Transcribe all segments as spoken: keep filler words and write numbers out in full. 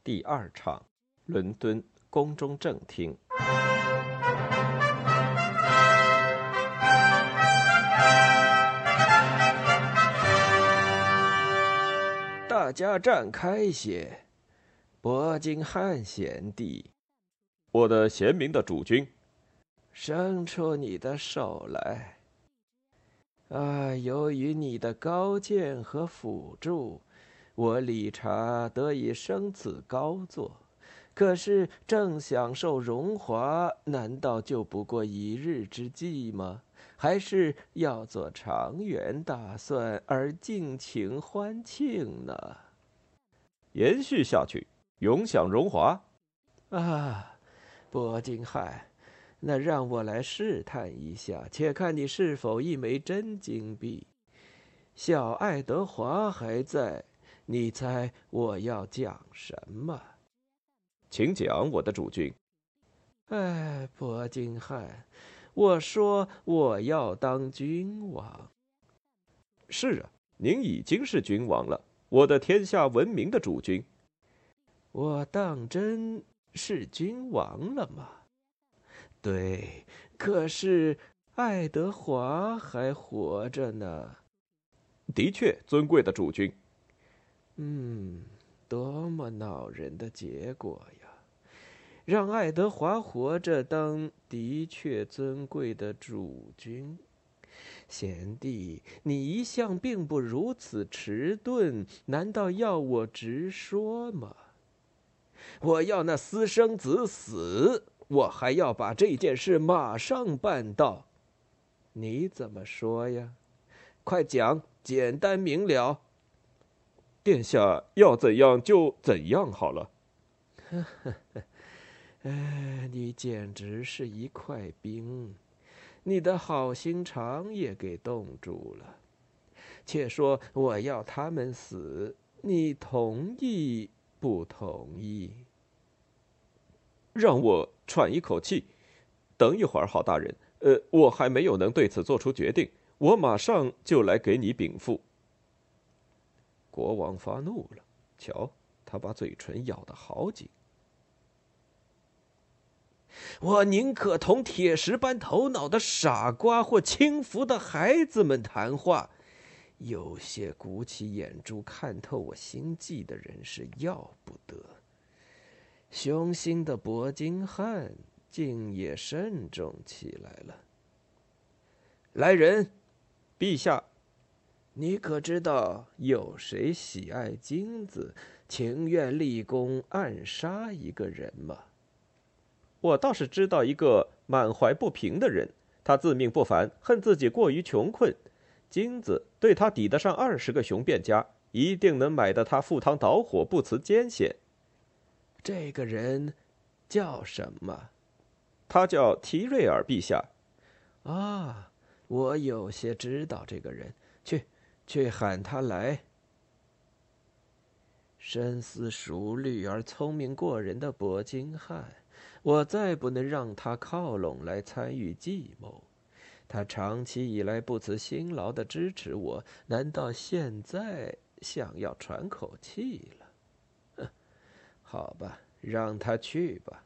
第二场，伦敦宫中正厅。大家站开些，伯金汉贤弟，我的贤明的主君，伸出你的手来。啊，由于你的高见和辅助，我理查得以升此高座。可是正享受荣华，难道就不过一日之计吗？还是要做长远打算而尽情欢庆呢？延续下去，永享荣华。啊，伯金汉，那让我来试探一下，且看你是否一枚真金币。小爱德华还在，你猜我要讲什么？请讲，我的主君。哎，伯金汉，我说我要当君王。是啊，您已经是君王了，我的天下闻名的主君。我当真是君王了吗？对，可是爱德华还活着呢。的确，尊贵的主君。嗯，多么恼人的结果呀！让爱德华活着当的确尊贵的主君。贤弟，你一向并不如此迟钝，难道要我直说吗？我要那私生子死，我还要把这件事马上办到。你怎么说呀？快讲，简单明了。殿下要怎样就怎样好了。哎，你简直是一块冰，你的好心肠也给冻住了。且说我要他们死，你同意不同意？让我喘一口气。等一会儿，好大人，呃，我还没有能对此做出决定，我马上就来给你禀赋。国王发怒了，瞧，他把嘴唇咬得好紧。我宁可同铁石般头脑的傻瓜或轻浮的孩子们谈话，有些鼓起眼珠看透我心计的人是要不得。雄心的伯金汉竟也慎重起来了。来人，陛下，你可知道有谁喜爱金子，情愿立功暗杀一个人吗？我倒是知道一个满怀不平的人，他自命不凡，恨自己过于穷困，金子对他抵得上二十个雄辩家，一定能买得他赴汤蹈火，不辞艰险。这个人叫什么？他叫提瑞尔陛下。啊，我有些知道这个人，去，去喊他来。深思熟虑而聪明过人的伯金汉，我再不能让他靠拢来参与计谋。他长期以来不辞辛劳地支持我，难道现在想要喘口气了？哼，好吧，让他去吧。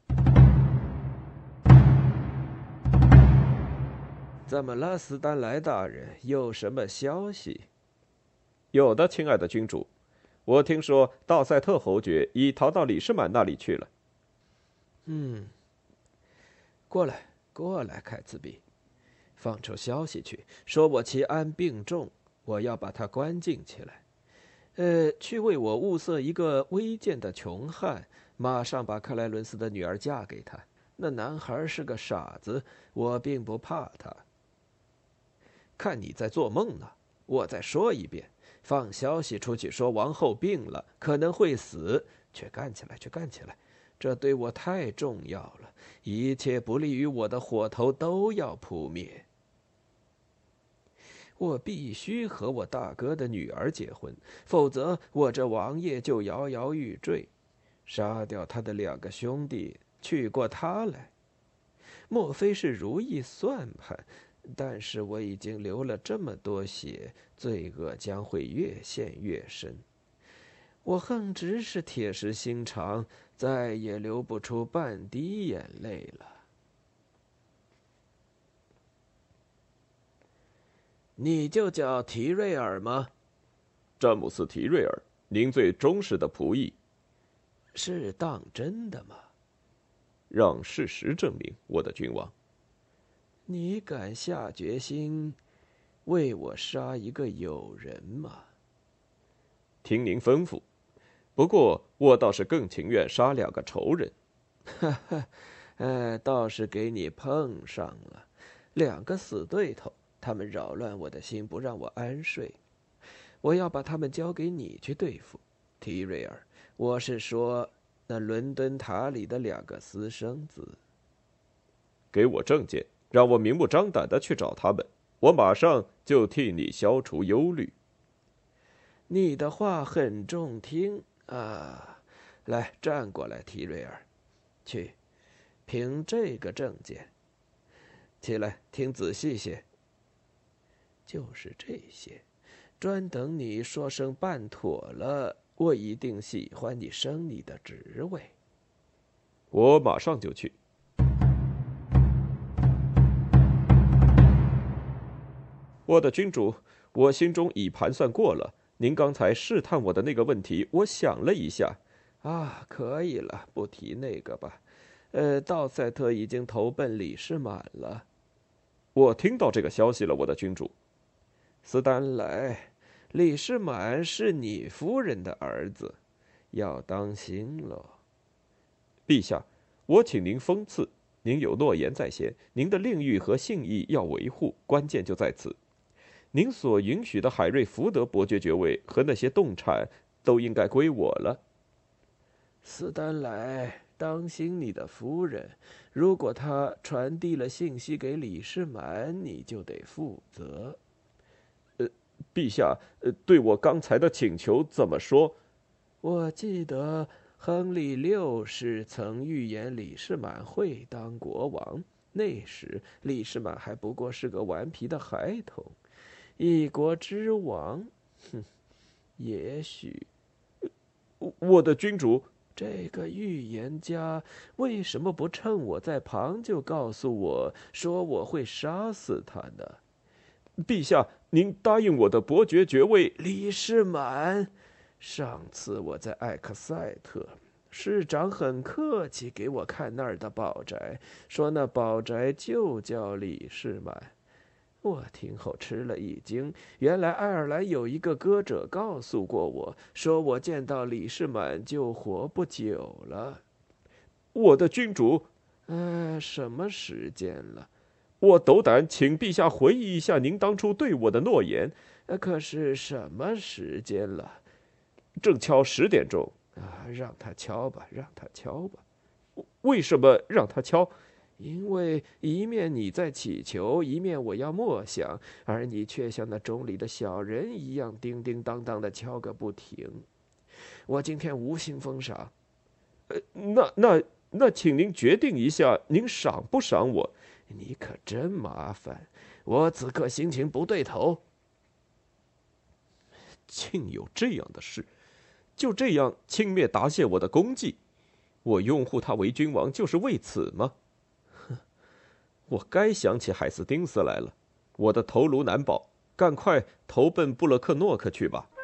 怎么了，斯丹莱大人？有什么消息？有的，亲爱的君主。我听说道塞特侯爵已逃到李士满那里去了。嗯，过来，过来，凯茨比，放出消息去，说我齐安病重，我要把他关进起来。呃，去为我物色一个微贱的穷汉，马上把克莱伦斯的女儿嫁给他。那男孩是个傻子，我并不怕他。看你在做梦呢！我再说一遍，放消息出去说王后病了，可能会死，却干起来，却干起来，这对我太重要了，一切不利于我的火头都要扑灭。我必须和我大哥的女儿结婚，否则我这王爷就摇摇欲坠。杀掉他的两个兄弟，娶过她来，莫非是如意算盘？但是我已经流了这么多血，罪恶将会越陷越深。 我横直是铁石心肠，再也流不出半滴眼泪了。你就叫提瑞尔吗？ 詹姆斯·提瑞尔，您最忠实的仆役。 是当真的吗？ 让事实证明，我的君王。 你敢下决心为我杀一个友人吗？ 听您吩咐。不过我倒是更情愿杀两个仇人。 哈哈，呃，倒是给你碰上了，两个死对头，他们扰乱我的心，不让我安睡。我要把他们交给你去对付，提瑞尔。我是说，那伦敦塔里的两个私生子。 给我证件，让我明目张胆的去找他们，我马上就替你消除忧虑。 你的话很中听啊！来，站过来，提瑞尔，去，凭这个证件。起来，听仔细些。就是这些，专等你说声办妥了，我一定喜欢你升你的职位。 我马上就去。我的君主，我心中已盘算过了。您刚才试探我的那个问题，我想了一下。 啊，可以了，不提那个吧。呃，道赛特已经投奔李士满了。 我听到这个消息了，我的君主。 斯丹莱，李士满是你夫人的儿子，要当心喽。 陛下，我请您封赐，您有诺言在先，您的令誉和信义要维护，关键就在此。您所允许的海瑞福德伯爵爵位和那些动产，都应该归我了。 斯丹莱，当心你的夫人，如果她传递了信息给李士满，你就得负责。 呃，陛下，呃，对我刚才的请求怎么说？ 我记得亨利六世曾预言李士满会当国王，那时李士满还不过是个顽皮的孩童。一国之王，哼，也许。 我的君主， 这个预言家为什么不趁我在旁就告诉我说我会杀死他呢？ 陛下，您答应我的伯爵爵位。 李士满，上次我在艾克塞特，市长很客气给我看那儿的宝宅，说那宝宅就叫李士满。我听后吃了一惊，原来爱尔兰有一个歌者告诉过我，说我见到李士满就活不久了。 我的君主， 呃，什么时间了？ 我斗胆请陛下回忆一下您当初对我的诺言。 呃，可是什么时间了？ 正敲十点钟。 啊，让他敲吧，让他敲吧。 为什么让他敲？ 因为一面你在祈求，一面我要默想，而你却像那钟里的小人一样叮叮当当的敲个不停。我今天无心封赏。 呃，那那那，请您决定一下，您赏不赏我？ 你可真麻烦，我此刻心情不对头。 竟有这样的事，就这样轻蔑答谢我的功绩？我拥护他为君王，就是为此吗？我该想起海斯丁斯来了，我的头颅难保，赶快投奔布勒克诺克去吧。